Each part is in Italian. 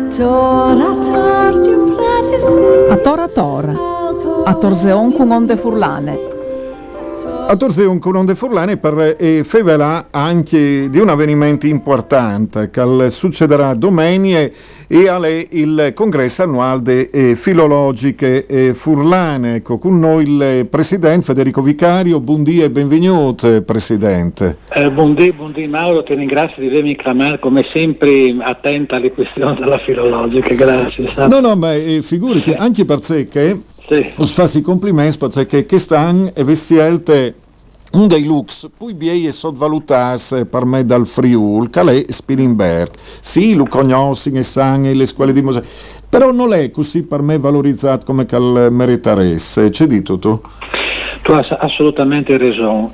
A tora, a Torseon con onde furlane. A Torseon con onde furlane per fevela anche di un avvenimento importante che succederà domenica e alle il congresso annuale de filologiche furlane. Ecco, con noi il presidente Federico Vicario. Buondì e benvenuto, presidente. Buondì Mauro, ti ringrazio di avermi chiamato come sempre attenta alle questioni della filologica, grazie. No, ma figurati, anche perché sì. Us fassi complimenti perché quest'anno è scelte un dei lux, poi viene sottovalutato per me dal Friul, che è Spilimberg. Sì, lo conosci e sanno le scuole di museo, però non è così per me valorizzato come che meriteresse. C'è dito tu? Tu hai assolutamente ragione.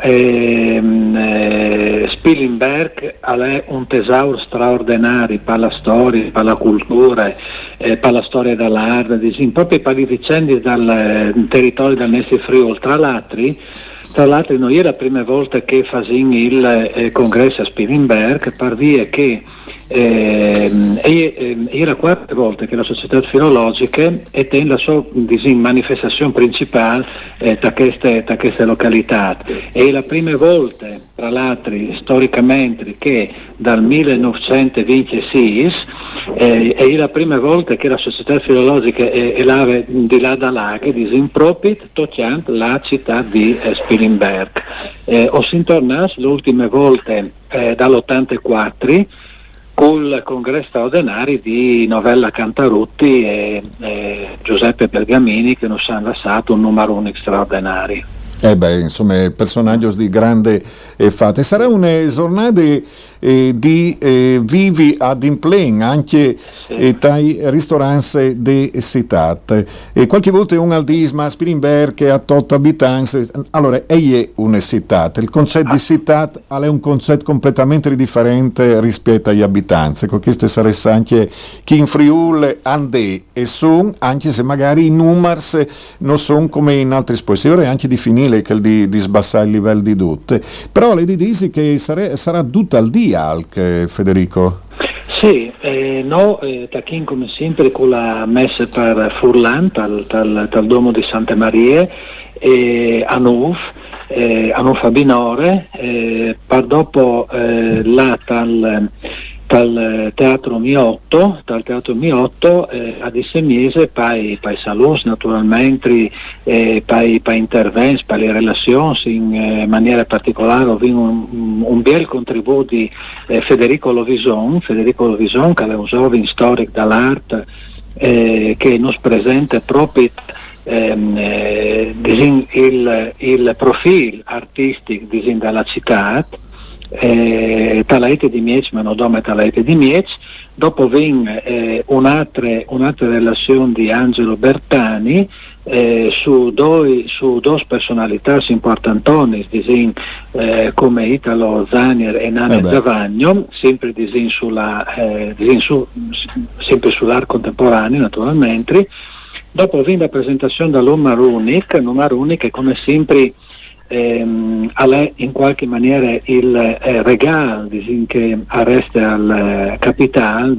Spilimberg è un tesoro straordinario per la storia, per la cultura, per la storia dell'arte, proprio per le vicende dal territorio del nostro Friuli. Tra l'altro non è la prima volta che facciamo il congresso a Spilimberg, per via che è la quarta volta che la società filologica è la sua manifestazione principale da queste località. È la prima volta, tra l'altro, storicamente, che dal 1926 è la prima volta che la società filologica è di là da là che proprio toccando la città di Spilimberg. Ho sintornato le ultime volte dall'84 col congresso straordinario di Novella Cantarutti e Giuseppe Bergamini, che nos hanno lasciato un numero unico straordinario. Insomma, personaggi di grande fate. Sarà una giornata di vivi ad implen anche dai ristoranti de città. Qualche volta un aldisma Spilimberg che ha 8 abitanti. Allora, è una città. Il concetto di città è un concetto completamente differente rispetto agli abitanti. Questo sarebbe anche chi in Friuli ande e sono, anche se magari i numeri non sono come in altri posti. Ora è anche difficile che di sbassare il livello di tutte, però le dici che sarà tutta al dia, Federico? Sì, tachin come sempre con la messa per Furlan dal Domo di Santa Maria a Nuf a Binore, per dopo là dal Teatro Miotto ad Issemiese, poi salus naturalmente, poi interventi, poi le relazioni in maniera particolare. Ho vinto un bel contributo di Federico Lovison, che è un giovane storico dell'arte che nos presenta proprio il profilo artistico della città. Talaete di Miec, ma non dome Talaete di Miec. Dopo venne un'altra relazione di Angelo Bertani su due personalità importanti, come Italo Zanier e Nane Zavagno, sempre sempre sull'arte contemporanea naturalmente. Dopo venne la presentazione da Numar Unic, come sempre è in qualche maniera il regalo che arresta al capitale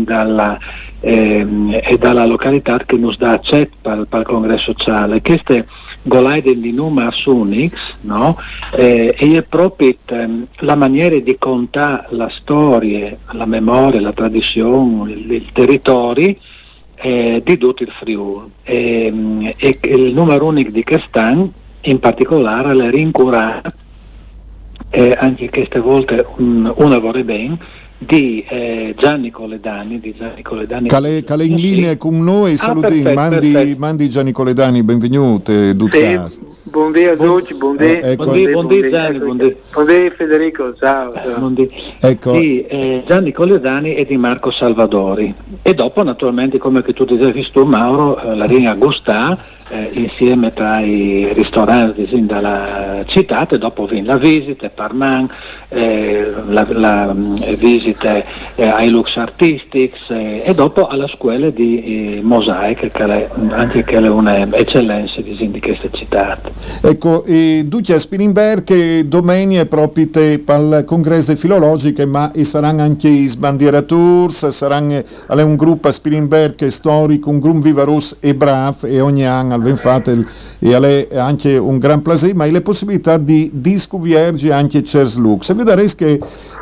e dalla località che nos dà accetto per il congresso sociale. Queste golaide di Numas Unix, no? È proprio la maniera di contare la storia, la memoria, la tradizione, il territorio di tutto il Friuli. E il numero unico di Castan in particolare le rincurata anche queste volte una vorrei ben di Gianni Coledani che è in linea con noi. Saluti, mandi Gianni Coledani, benvenuto buondì a tutti, buondì Gianni, buondì Federico, ciao. Ecco. Sì, Gianni Coledani e di Marco Salvadori, e dopo naturalmente, come che tu dicevi tu Mauro, la linea Gustà insieme tra i ristoranti dalla città, e dopo viene la visita Parman, la visita visite ai Lux Artistics e dopo alla scuola di mosaica, che anche che è un'eccellenza di queste citate. Ecco, Duccia Spilimberg domenica proprio per il congresso di filologiche, ma saranno anche i sbandieratori, saranno un gruppo Spilimberg storico, un gruppo vivarus e bravo, e ogni anno ben fatto e è anche un gran piacere, ma le possibilità di scoprire anche Cers Lux. E vedrete che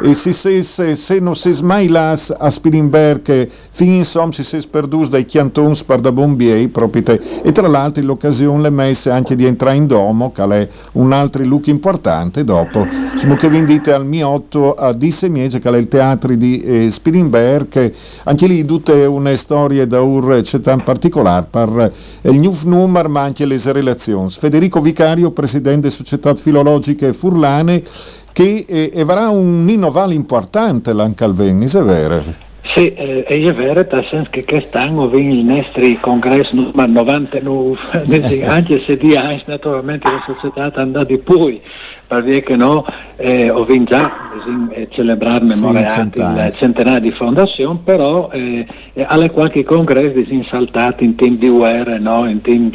se non si mai las a Spilimberg, fin insomma si è perduto dai chiantons per da bombiei, proprio e tra l'altro l'occasione le messe anche di entrare in domo, che è un altro look importante dopo, insomma, che vendite al Miotto a Dissemiege, che è il teatro di Spilimberg, anche lì tutte una storia da città in particolare per il new numero, ma anche le relazioni. Federico Vicario, presidente Società Filologiche Furlane, che avrà un innovale importante l'anche al Venice, è vero? Sì, è vero, nel senso che quest'anno viene il nostro congresso numero 99, anche se di anni naturalmente la società è andata di poi, perché no, ho vinto già celebrare memoriati il centenario di fondazione, però alle qualche congresso sono saltati in team di guerra, no, in team,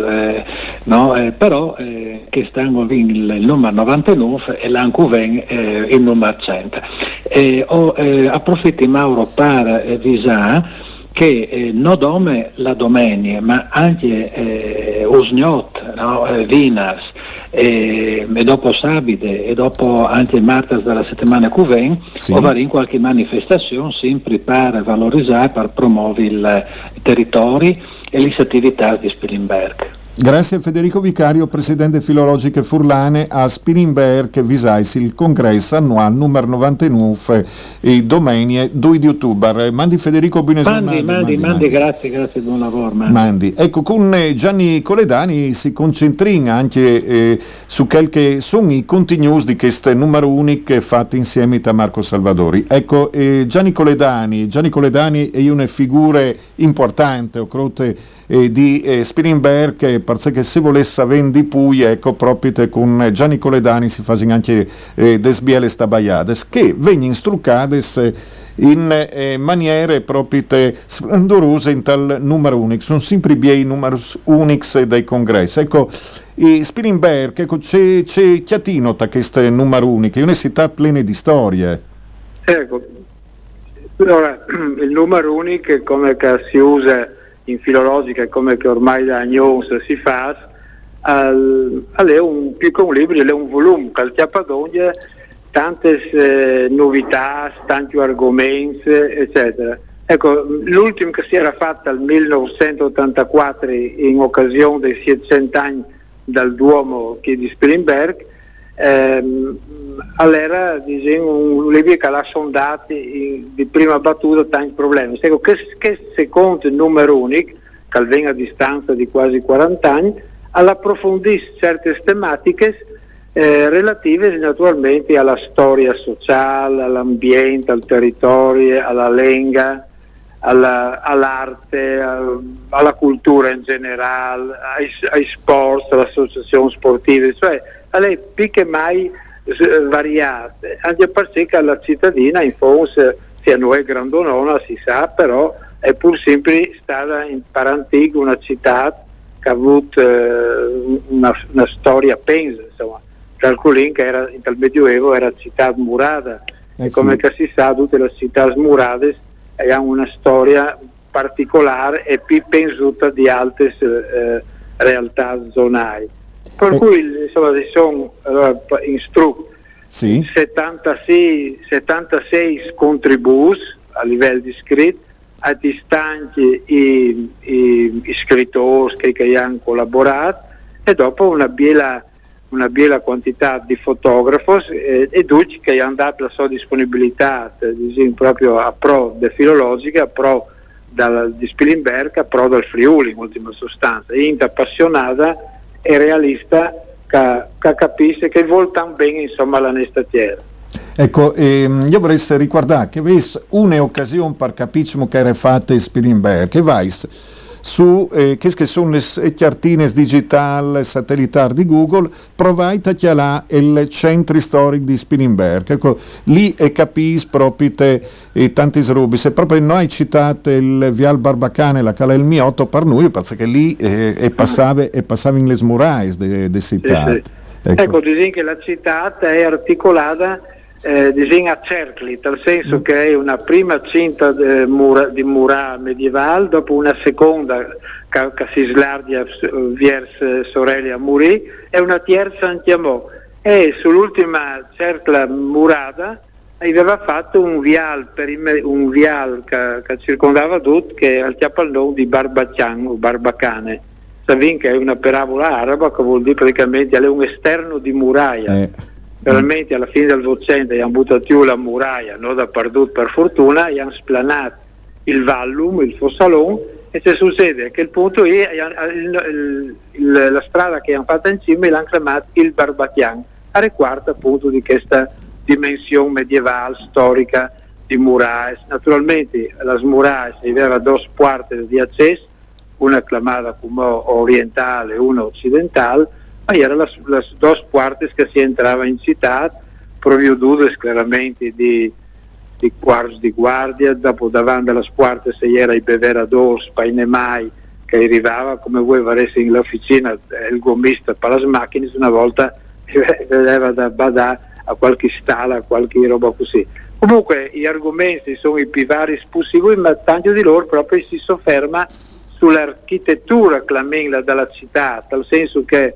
però quest'anno viene il numero 99 e l'anno viene il numero 100. Approfitto Mauro per avvisare che non dome la domenica, ma anche Usgnot, no, Vinars, e dopo Sabide e dopo anche Martas della settimana che viene, o vari in qualche manifestazione sempre per valorizzare, per promuovere i territori e le attività di Spilimberg. Grazie a Federico Vicario, presidente Filologiche Furlane a Spilimberg, visais il congresso annuale numero 99 e domenica 2 di ottobre. Mandi Federico, buone giornate. Mandi, grazie, buon lavoro. Mandi. Ecco, con Gianni Coledani si concentrina anche su quel che sono i contenuti di questo numero unico fatto insieme a Marco Salvadori. Ecco, Gianni Coledani è una figura importante, di Spilimberg, perché se volesse vendere poi, ecco, proprio con Gianni Coledani si fanno anche des biele stabaiades che vengono struccate in maniere proprio splendorose in tal numero unico. Sono sempre i numeri unici dei congressi. Ecco, Spilimberg, ecco, c'è chiatino da queste numero uniche, è una città piena di storie. Ecco, allora, il numero unico come che si usa in filologica, come che ormai da anni si fa, è più che un libro, è un volume che chiappadoglia tante novità, tanti argomenti, eccetera. Ecco, l'ultimo che si era fatto nel 1984 in occasione dei 700 anni dal Duomo di Spilimberg, allora un libro che ha sondato di prima battuta tanti problemi. Ecco, che secondo il numero unico, che viene a distanza di quasi 40 anni, all'approfondisce certe tematiche relative naturalmente alla storia sociale, all'ambiente, al territorio, alla lingua, all'arte, alla cultura in generale, ai sport, alle associazioni sportive, cioè alle picche mai variate, anche perché la cittadina in fondo sia noi grandonona si sa, però è pur sempre stata in parantico una città che ha avuto una storia pensa, insomma, calcolin che era dal Medioevo era città murata e come che si sa tutte le città smurate hanno una storia particolare e più pensuta di altre realtà zonali. Per cui insomma si sono instrutti 76 contributi a livello di scritto, a distanti i scrittori che hanno collaborato e dopo una bella quantità di fotografi e tutti che hanno dato la sua disponibilità proprio a pro della filologica, a pro di Spilimberg, a pro del Friuli in ultima sostanza, gente appassionata e realista che capisce che vuol tan bene insomma la nostra terra. Ecco, io vorrei ricordare che avesse un'occasione per capire che era fatta in Spilimberg, che vais su che sono le chiartine digitali satellitari di Google, provate a chiamare il centro storico di Spilimberg. Ecco, lì capis proprio tanti srubi. Se proprio noi citate il Vial Barbacane, la Cala il Miotto per noi, perché lì passava in le muraille de città. Sì. Ecco, dicono che la città è articolata a cercli, nel senso che è una prima cinta di mura medievale, dopo una seconda che si slarga verso Sorelia Muri e una terza andiamo. E sull'ultima cercla murata aveva fatto un vial che circondava tutto, che al il nome di Barbacian o Barbacane. Savin che è una parabola araba che vuol dire praticamente è un esterno di muraglia. Veramente alla fine del Vocente hanno buttato giù la muraglia, non da perdut per fortuna, e hanno splanato il vallum, il fossalon, e se succede che il punto è la strada che hanno fatto insieme l'hanno chiamato il Barbatian, a riguardo appunto di questa dimensione medievale, storica di muraglie. Naturalmente le muraglie avevano due porte di accesso, una chiamata come orientale e una occidentale, ma erano le due porte che si entrava in città, proprio due chiaramente di quarti di guardia, dopo davanti alle porte se era i beveradors, painemai che arrivava, come voi varesse in l'officina il gommista per le macchine, una volta vedeva da badare a qualche stalla, a qualche roba così. Comunque gli argomenti sono i più vari possibili, ma tanto di loro proprio si sofferma sull'architettura clamella della città, nel senso che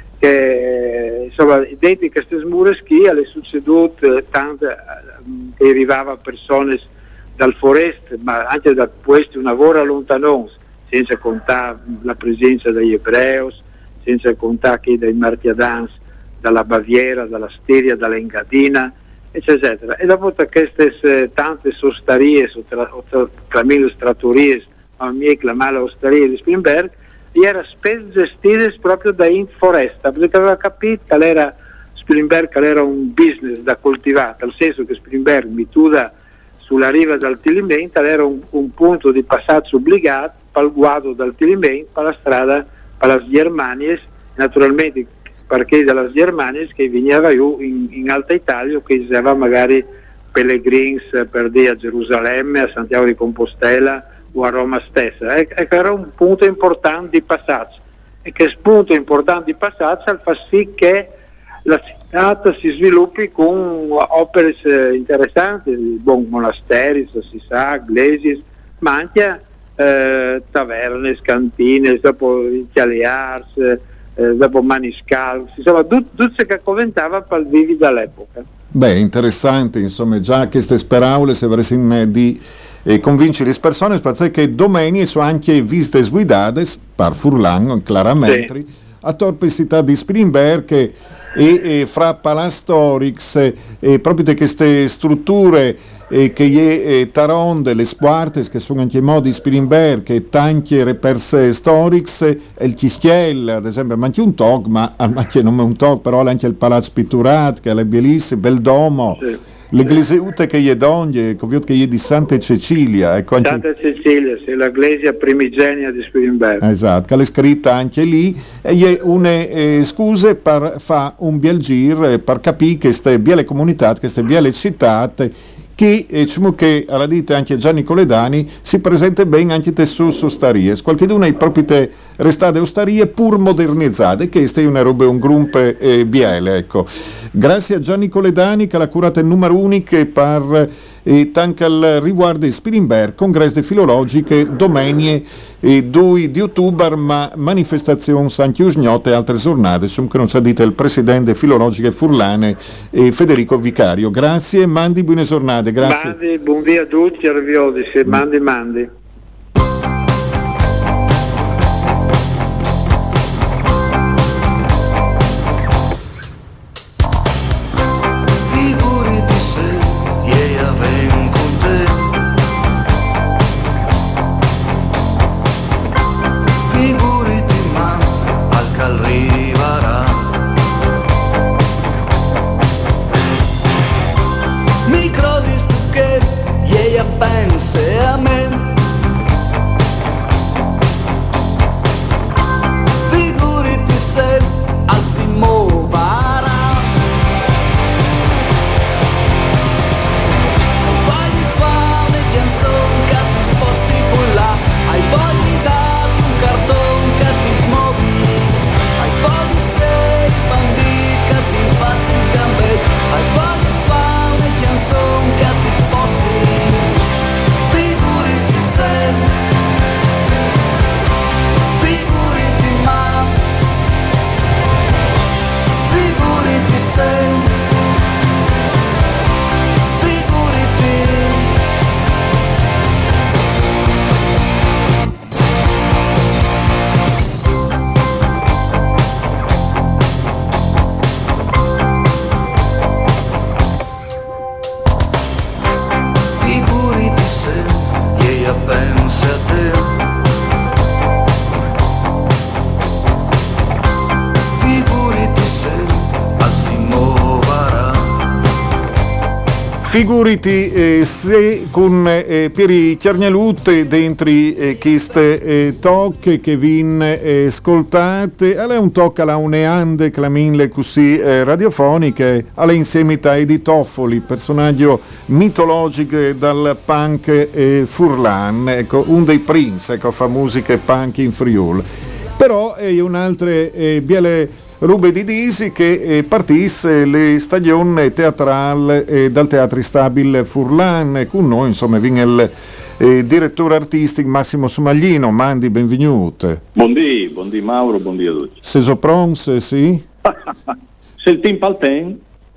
insomma, dentro queste mura schi è succeduto tanto che arrivavano persone dal forest, ma anche da questi una vora lontano, senza contare la presenza degli ebrei, senza contare che dei martiadans dalla Baviera, dalla Stiria, dall'Engadina, eccetera. E dopo queste tante sostarie, clamelle trattorie, a mie clamare osterie di Spilimberg, era spesso gestite proprio da in foresta, perché aveva capito che era Spilimberg era un business da coltivare, nel senso che Spilimberg, mituda sulla riva del Tilimento, era un punto di passaggio obbligato per il guado del Tilimento, per la strada, per le Germanie, naturalmente perché dalle Germanie che veniva in Alta Italia, che aveva magari pellegrini per dire a Gerusalemme, a Santiago di Compostela o a Roma stessa. Era un punto importante di passaggio, e che punto importante di passaggio fa sì che la città si sviluppi con opere interessanti, monasteri, si sa, iglesi, ma anche taverne, cantine, dopo Italiars, dopo Maniscal, insomma tutto che commentava per il vivi dall'epoca. Beh, interessante, insomma, già queste speraule se avresti di convincere le persone, perché domani sono anche visite guidate per Furlan, chiaramente, sì, a Torpesità di Spilimberg e fra Palastorix, proprio di queste strutture che è Taronde, le Squartes, che sono anche i modi Spilimberg, e tanti reperse Storix, e il Chistiel, ad esempio, ma anche un tog, ma anche non è un tog, però anche il Palazzo Pitturat, che è la bellissima, bel domo. Sì. L'Eglesia che è d'Onge, che è di Santa Cecilia. Ecco, anche... Santa Cecilia, sì, l'Eglesia primigenia di Spilimberg. Esatto, che è scritta anche lì, e è una scuse per fare un bel giro, per capire che queste biele comunità, queste biele città, che diciamo che alla dita anche Gianni Coledani si presenta bene anche su starie. Qualcuno è proprio te restate ostarie pur modernizzate, che è una roba, un gruppo biele, ecco. Grazie a Gianni Coledani che l'ha curata il numero unico per tanto al riguardo di Spilimberg, congresso di filologiche, domenie 2 di ottobre, ma manifestazioni anche usgnote e altre giornate, che non sa dite il presidente filologiche Furlane Federico Vicario. Grazie, mandi buone giornate, grazie. Mandi, buon via a tutti, arviodisi, mandi. Pense a me Figuriti se con Pieri Chiargnalutte dentro queste tocche che vin ascoltate, è un tocca la uneande claminle così radiofoniche, alle insieme ai di Toffoli, personaggio mitologico dal punk furlan, ecco, un dei Prince, ecco, fa musica punk in Friuli. Però è un'altra biele Rube di Disi che partisse le stagioni teatrali dal Teatro Stabile Furlan con noi, insomma, viene il direttore artistico Massimo Somaglino. Mandi, benvenuto. Buondì Mauro, buondì a tutti. Se so pronto, sì? Se il team al ten.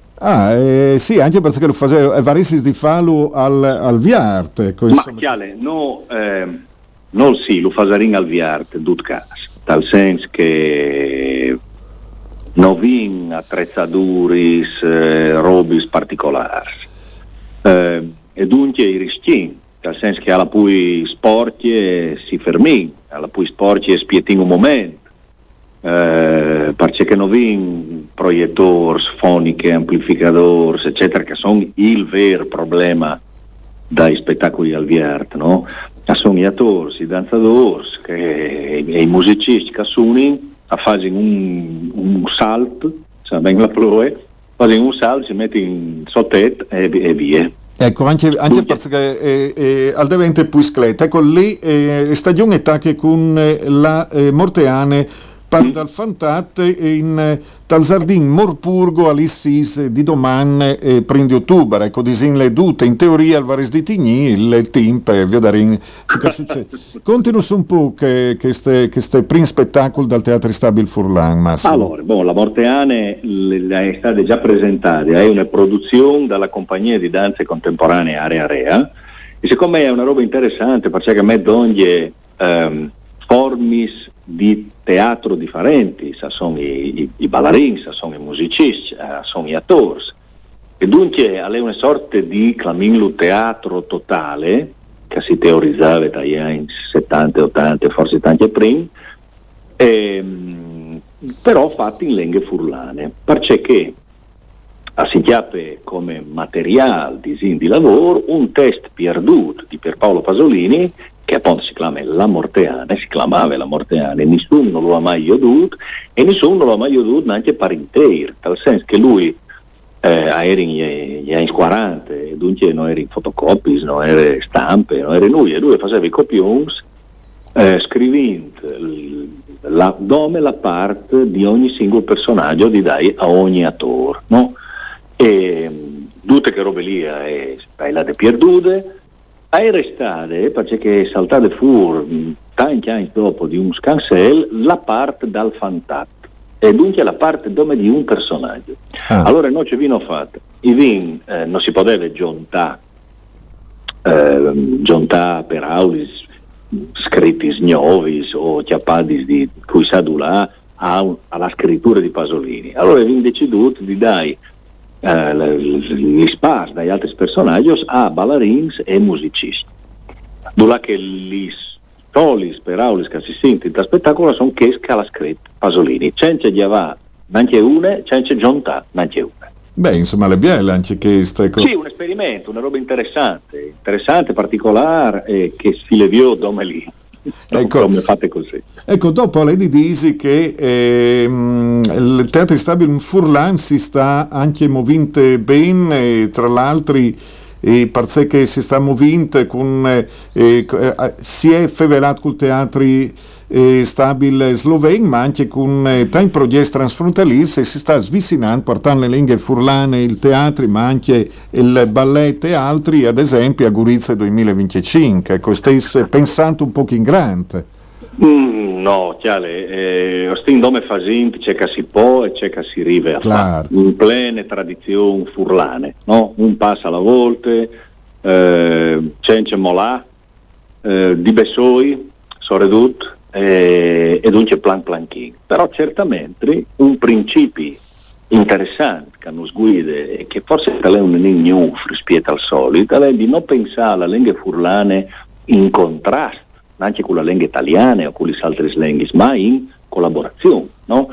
Sì, anche perché lo faceva varissi di farlo al Viart. Ecco, ma chiale, no, non sì, lo fasarin al Viart, dut cas, dal senso che non vin attrezzaduris, robis particolari. E dunque i rischi, nel senso che alla poi sporchi si fermi, alla poi sporchi e spietin un momento, perché non vin proiettori, foniche, amplificatori, eccetera, che sono il vero problema dai spettacoli al Viart, no? Sono gli attori, i danzatori e i musicisti che suonano, fare un salto, cioè ben la ploe, fare un salto, si mette in sottetto e via. Ecco, anche perché al devente Puisclet, ecco lì stagione che con la Morteane dal Fantat in tal Zardin Morpurgo all'Issis di domani prendi ottobre, ecco disin le dute in teoria al Vares di Tigny il tempo Viodarin che succede. Continus un po' che ste primi spettacoli dal Teatro Stabile Furlan, Massimo. Allora, la Morteane è stata già presentata, è una produzione dalla compagnia di danze contemporanee Area e secondo me è una roba interessante perché a me donne formis di teatro differenti, sono i ballerini, sono i musicisti, sono gli attori e dunque è una sorta di claminlo teatro totale che si teorizzava dagli anni 70, 80, forse tanti prima, però fatti in lingue furlane, perché si chiappe come materiale di lavoro un test perduto di Pierpaolo Pasolini che appunto si chiamava La Morteane, nessuno lo ha mai veduto e nessuno lo ha mai veduto neanche per intero, nel senso che lui era negli anni 40 e dunque non era in fotocopies, non era stampe, non era lui, e lui faceva i copioni scrivendo la parte di ogni singolo personaggio di dai a ogni attore, no? E tutte che robe lì la de perdute è restate perché saltate fuori tanti anni dopo di un scansel la parte dal fantat e dunque la parte dome di un personaggio. Allora noi ci vino fatto non si poteva giuntare per aulis scritti nuovi o chiappati di cui sa dulà alla scrittura di Pasolini. Allora vin deciduto di dare gli spazi dagli altri personaggi a ballerini e musicisti. Dove che gli stolis per aulis che si sente in spettacolo sono che scala scritto Pasolini. C'è di avà, neanche una, c'è giunta, neanche una. Beh, insomma, le bielle anche che Sì, un esperimento, una roba interessante, particolare, che si leviò dome lì. Ecco, come fate così. Ecco, dopo lei disi che il Teatro Stabile Furlan si sta anche muovendo bene, tra l'altro perché si sta muovendo con si è fevelato col Teatro Stabile Sloven, ma anche con tanti progetti transfrontalieri si sta svicinando, portando le lingue furlane, il teatro, ma anche il ballet e altri, ad esempio a Gorizia 2025. Ecco, stai pensando un po' in grande. No, chiale, ostin dome fasinti c'è che si può e c'è che si rive a fare in plene tradizioni furlane, no? Un passo alla volta, c'è molà, di Bessoi, Soredut e dunque planchin. Però certamente un principio interessante che nos guida e che forse è un new rispetto al solito è di non pensare alla lingua furlane in contrasto anche con la lingua italiana o con le altre lingue, ma in collaborazione, no?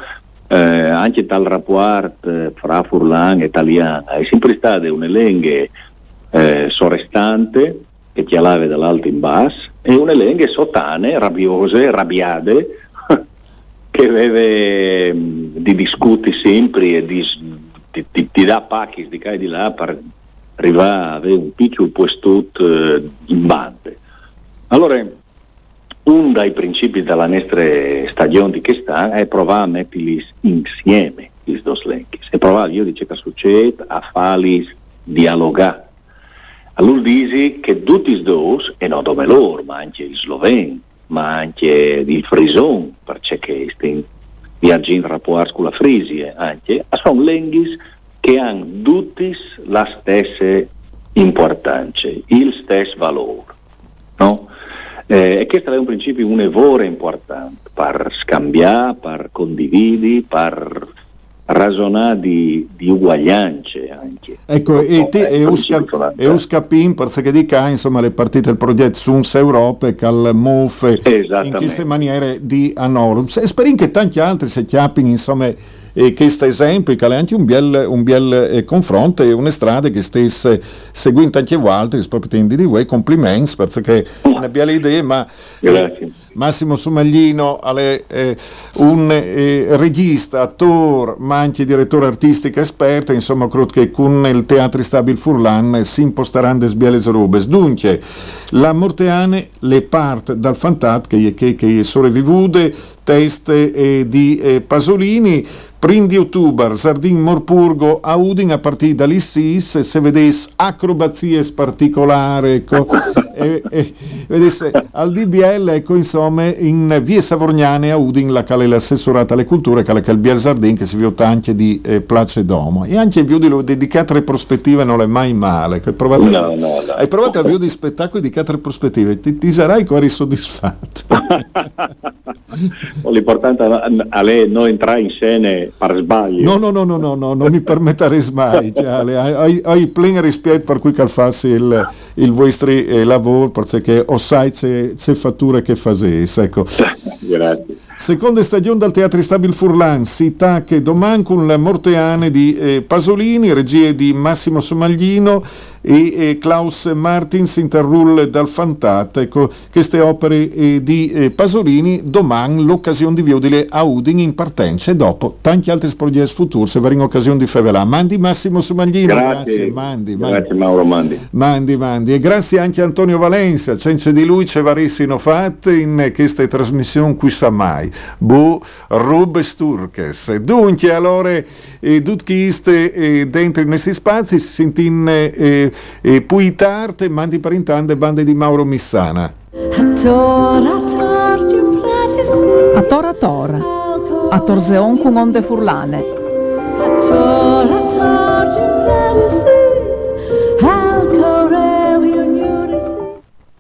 Anche tal rapporto fra furlan e italiano è sempre stata una lingua sorestante, che ti alave dall'alto in basso, e une lenghe sotane, rabbiose, rabbiade, che aveva di discuti sempre e ti dà pacchi di qua e di là per arrivare a avere un piccolo puestut in bande. Allora, un dei principi della nostra stagione di che sta è provare a metterli insieme, i due lenghi, e provare, io dice che succede, a farli dialogare. Allora dici che tutti i due, e non come loro, ma anche il sloveno, ma anche il frison, perché stiamo viaggiando a rapporti con la Frisia, anche, sono lenghi che hanno tutti la stessa importanza, il stesso valore, no? E questo è un principio, un evore importante, per scambiare, per condividere, per ragionare di uguaglianze anche. Ecco, e Uscapin, perché di qua, insomma, le partite del progetto Suns Europe, Cal MUF, in queste maniere di anorum. Spero che tanti altri si chiappino, insomma, questo esempio, che è anche un bel confronto e una strada che stesse seguendo anche altri, proprio di voi, complimenti, perché è una bella idea, ma Massimo Somaglino è un regista, attore, ma anche direttore artistico esperto, insomma, credo che con il Teatro Stabile Furlan si imposteranno des bielles rubes. Dunque, la Morteane le parte dal Fantat, che sopravvivute, teste di Pasolini, Prindi Ottobre, Sardin Morpurgo, a Udin a partire dall'Issis, se vedesse acrobazie particolari, ecco, vedesse al DBL, ecco, insomma, in Vie Savorgnane a Udin, la quale è l'assessorata alle culture, che è il Biel Sardin, che si vede anche di Place Domo. E anche il video di dedicate alle prospettive non è mai male. Hai provato a video di spettacoli dedicate alle prospettive, ti sarai quasi soddisfatto. L'importante a lei non entrare in scene per sbaglio. No, non mi permetterei mai. Hai pieno rispetto per cui calfassi il vostro lavoro, perché ho sai c'è fatture che fasesse, ecco. Grazie. Seconda stagione del Teatro Stabile Furlan, si tacca domani con la Morteane di Pasolini, regie di Massimo Somaglino e Klaus Martins, interrulle dal Fantat. Ecco, queste opere di Pasolini, domani l'occasione di vedere a Udin in partenza e dopo tanti altri progetti futuri se verrà in occasione di Fevelà. Mandi Massimo Somaglino, grazie. Grazie Mauro Mandi. E grazie anche a Antonio Valencia, senza di lui ci varissino fatte in queste trasmissioni qui sa mai. Rubes Turques. Dunque, allora, tutti questi dentro in questi spazi si sentono poi tarte, mandi per intanto bande di Mauro Missana. A Tora, a Torseon con onde furlane.